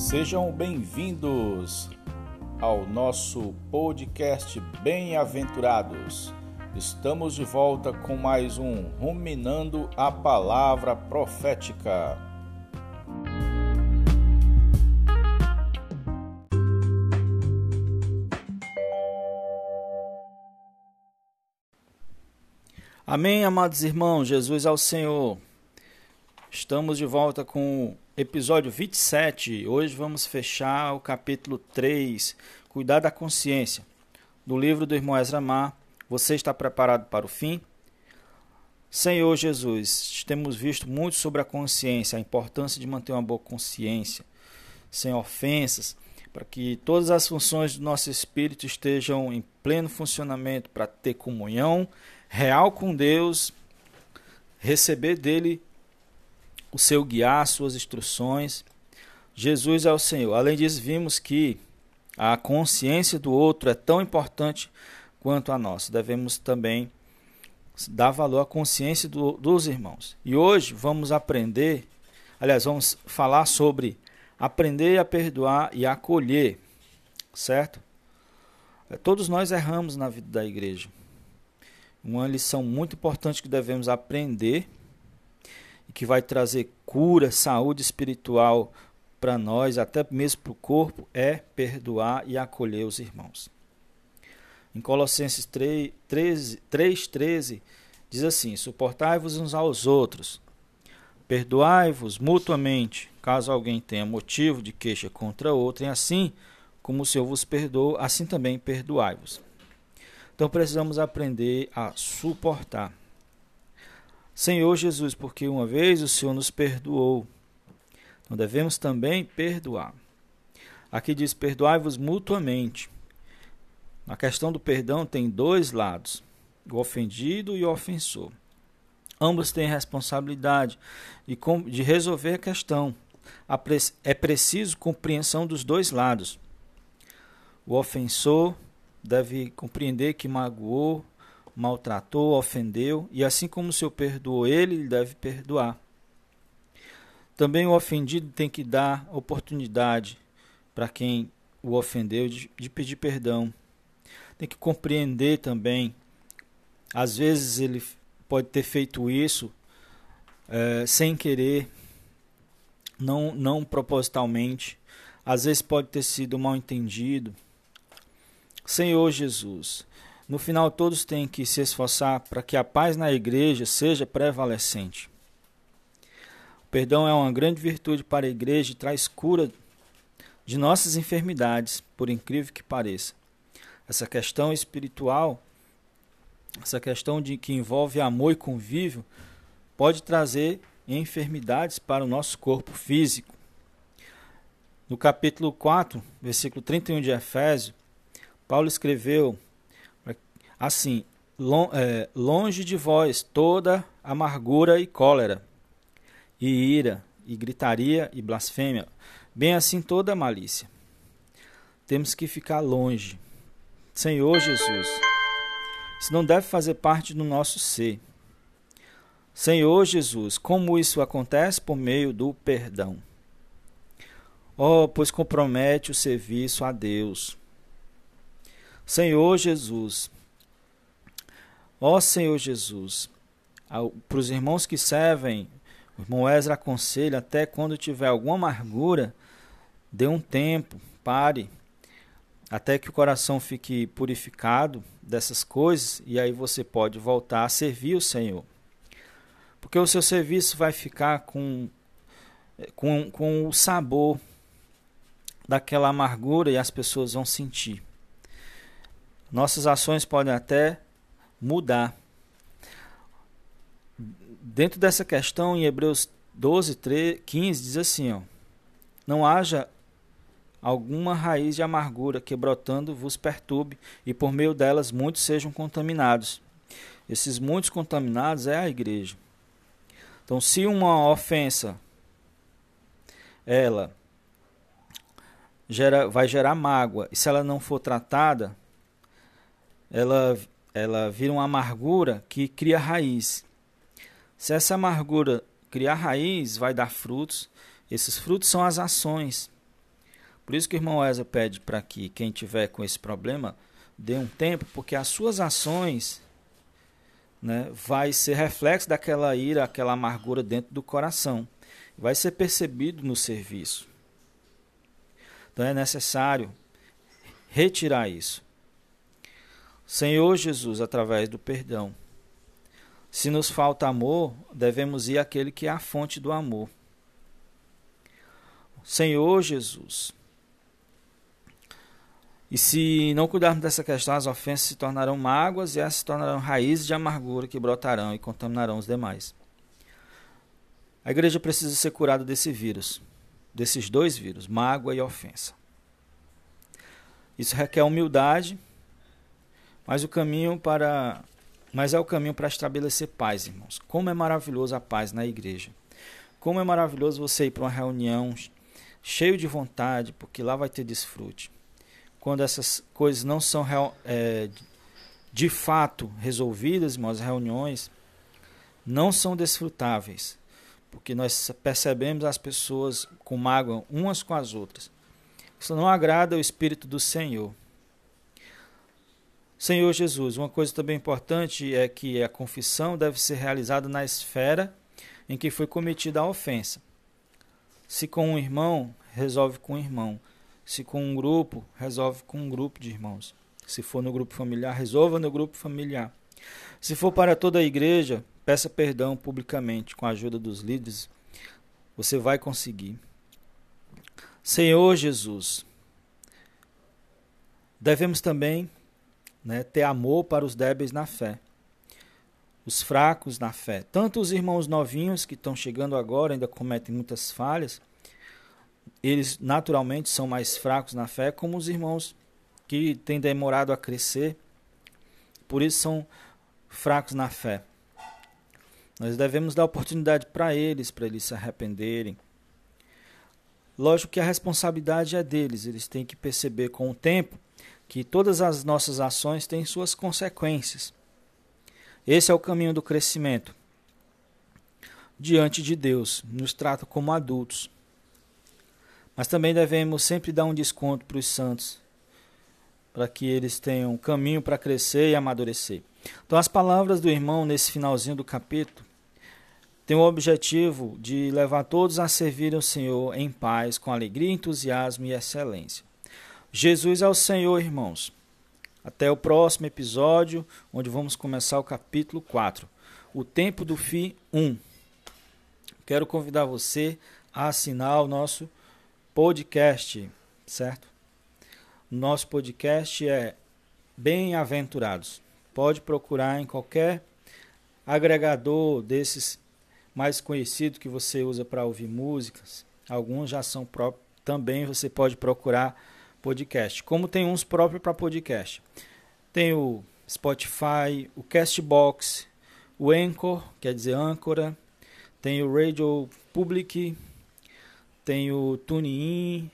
Sejam bem-vindos ao nosso podcast Bem-aventurados. Estamos de volta com mais um Ruminando a Palavra Profética. Amém, amados irmãos, Jesus ao Senhor. Estamos de volta com o episódio 27. Hoje vamos fechar o capítulo 3, Cuidar da Consciência, do livro do irmão Ezra Mar. Você está preparado para o fim? Senhor Jesus, temos visto muito sobre a consciência, a importância de manter uma boa consciência, sem ofensas, para que todas as funções do nosso espírito estejam em pleno funcionamento, para ter comunhão real com Deus, receber dele o seu guiar, suas instruções. Jesus é o Senhor. Além disso, vimos que a consciência do outro é tão importante quanto a nossa. Devemos também dar valor à consciência dos irmãos. E hoje vamos vamos falar sobre aprender a perdoar e acolher, certo? Todos nós erramos na vida da igreja. Uma lição muito importante que devemos aprender e que vai trazer cura, saúde espiritual para nós, até mesmo para o corpo, é perdoar e acolher os irmãos. Em Colossenses 3,13 diz assim: suportai-vos uns aos outros, perdoai-vos mutuamente, caso alguém tenha motivo de queixa contra outro, e assim como o Senhor vos perdoou, assim também perdoai-vos. Então precisamos aprender a suportar. Senhor Jesus, porque uma vez o Senhor nos perdoou, então devemos também perdoar. Aqui diz: perdoai-vos mutuamente. Na questão do perdão tem dois lados, o ofendido e o ofensor. Ambos têm responsabilidade de resolver a questão. É preciso compreensão dos dois lados. O ofensor deve compreender que magoou, maltratou, ofendeu, e assim como o Senhor perdoou ele deve perdoar. Também o ofendido tem que dar oportunidade para quem o ofendeu de pedir perdão. Tem que compreender também. Às vezes ele pode ter feito isso sem querer, não propositalmente. Às vezes pode ter sido mal entendido. Senhor Jesus, no final todos têm que se esforçar para que a paz na igreja seja prevalecente. O perdão é uma grande virtude para a igreja e traz cura de nossas enfermidades, por incrível que pareça. Essa questão espiritual, essa questão que envolve amor e convívio, pode trazer enfermidades para o nosso corpo físico. No capítulo 4, versículo 31 de Efésios, Paulo escreveu assim: longe de vós toda amargura e cólera, e ira, e gritaria, e blasfêmia, bem assim toda malícia. Temos que ficar longe. Senhor Jesus, isso não deve fazer parte do nosso ser. Senhor Jesus, como isso acontece? Por meio do perdão. Pois compromete o serviço a Deus. Senhor Jesus, Senhor Jesus, para os irmãos que servem, o irmão Ezra aconselha, até quando tiver alguma amargura, dê um tempo, pare, até que o coração fique purificado dessas coisas, e aí você pode voltar a servir o Senhor. Porque o seu serviço vai ficar com o sabor daquela amargura e as pessoas vão sentir. Nossas ações podem até mudar. Dentro dessa questão, em Hebreus 12:15, diz assim: não haja alguma raiz de amargura que brotando vos perturbe, e por meio delas muitos sejam contaminados. Esses muitos contaminados é a igreja. Então, se uma ofensa ela vai gerar mágoa, e se ela não for tratada, ela vira uma amargura que cria raiz. Se essa amargura criar raiz, vai dar frutos. Esses frutos são as ações. Por isso que o irmão Eza pede para que quem tiver com esse problema dê um tempo, porque as suas ações, né, vai ser reflexo daquela ira, aquela amargura dentro do coração. Vai ser percebido no serviço. Então é necessário retirar isso. Senhor Jesus, através do perdão. Se nos falta amor, devemos ir àquele que é a fonte do amor. Senhor Jesus. E se não cuidarmos dessa questão, as ofensas se tornarão mágoas e essas se tornarão raízes de amargura que brotarão e contaminarão os demais. A igreja precisa ser curada desse vírus, desses dois vírus, mágoa e ofensa. Isso requer humildade, mas é o caminho para estabelecer paz, irmãos. Como é maravilhoso a paz na igreja. Como é maravilhoso você ir para uma reunião cheio de vontade, porque lá vai ter desfrute. Quando essas coisas não são de fato resolvidas, irmãos, as reuniões não são desfrutáveis, porque nós percebemos as pessoas com mágoa umas com as outras. Isso não agrada ao Espírito do Senhor. Senhor Jesus, uma coisa também importante é que a confissão deve ser realizada na esfera em que foi cometida a ofensa. Se com um irmão, resolve com um irmão. Se com um grupo, resolve com um grupo de irmãos. Se for no grupo familiar, resolva no grupo familiar. Se for para toda a igreja, peça perdão publicamente com a ajuda dos líderes. Você vai conseguir. Senhor Jesus, devemos também, né, ter amor para os débeis na fé, os fracos na fé. Tanto os irmãos novinhos que estão chegando agora ainda cometem muitas falhas, eles naturalmente são mais fracos na fé, como os irmãos que têm demorado a crescer, por isso são fracos na fé. Nós devemos dar oportunidade para eles se arrependerem. Lógico que a responsabilidade é deles, eles têm que perceber com o tempo que todas as nossas ações têm suas consequências. Esse é o caminho do crescimento. Diante de Deus, nos trata como adultos. Mas também devemos sempre dar um desconto para os santos, para que eles tenham caminho para crescer e amadurecer. Então as palavras do irmão nesse finalzinho do capítulo têm o objetivo de levar todos a servirem o Senhor em paz, com alegria, entusiasmo e excelência. Jesus é o Senhor, irmãos. Até o próximo episódio, onde vamos começar o capítulo 4, o tempo do fim 1. Quero convidar você a assinar o nosso podcast, certo? Nosso podcast é Bem-aventurados. Pode procurar em qualquer agregador desses mais conhecidos que você usa para ouvir músicas. Alguns já são próprios. Também você pode procurar podcast. Como tem uns próprios para podcast. Tem o Spotify, o Castbox, o Anchor, quer dizer âncora. Tem o Radio Public, tem o TuneIn,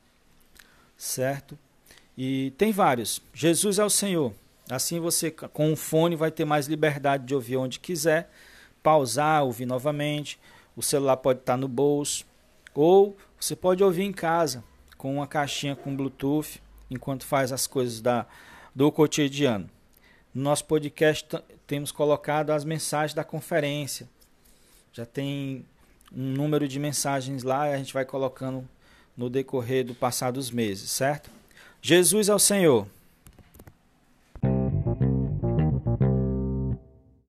certo? E tem vários. Jesus é o Senhor. Assim você, com um fone, vai ter mais liberdade de ouvir onde quiser, pausar, ouvir novamente. O celular pode estar no bolso. Ou você pode ouvir em casa, com uma caixinha com Bluetooth, enquanto faz as coisas do cotidiano. No nosso podcast temos colocado as mensagens da conferência. Já tem um número de mensagens lá e a gente vai colocando no decorrer do passar dos meses, certo? Jesus é o Senhor.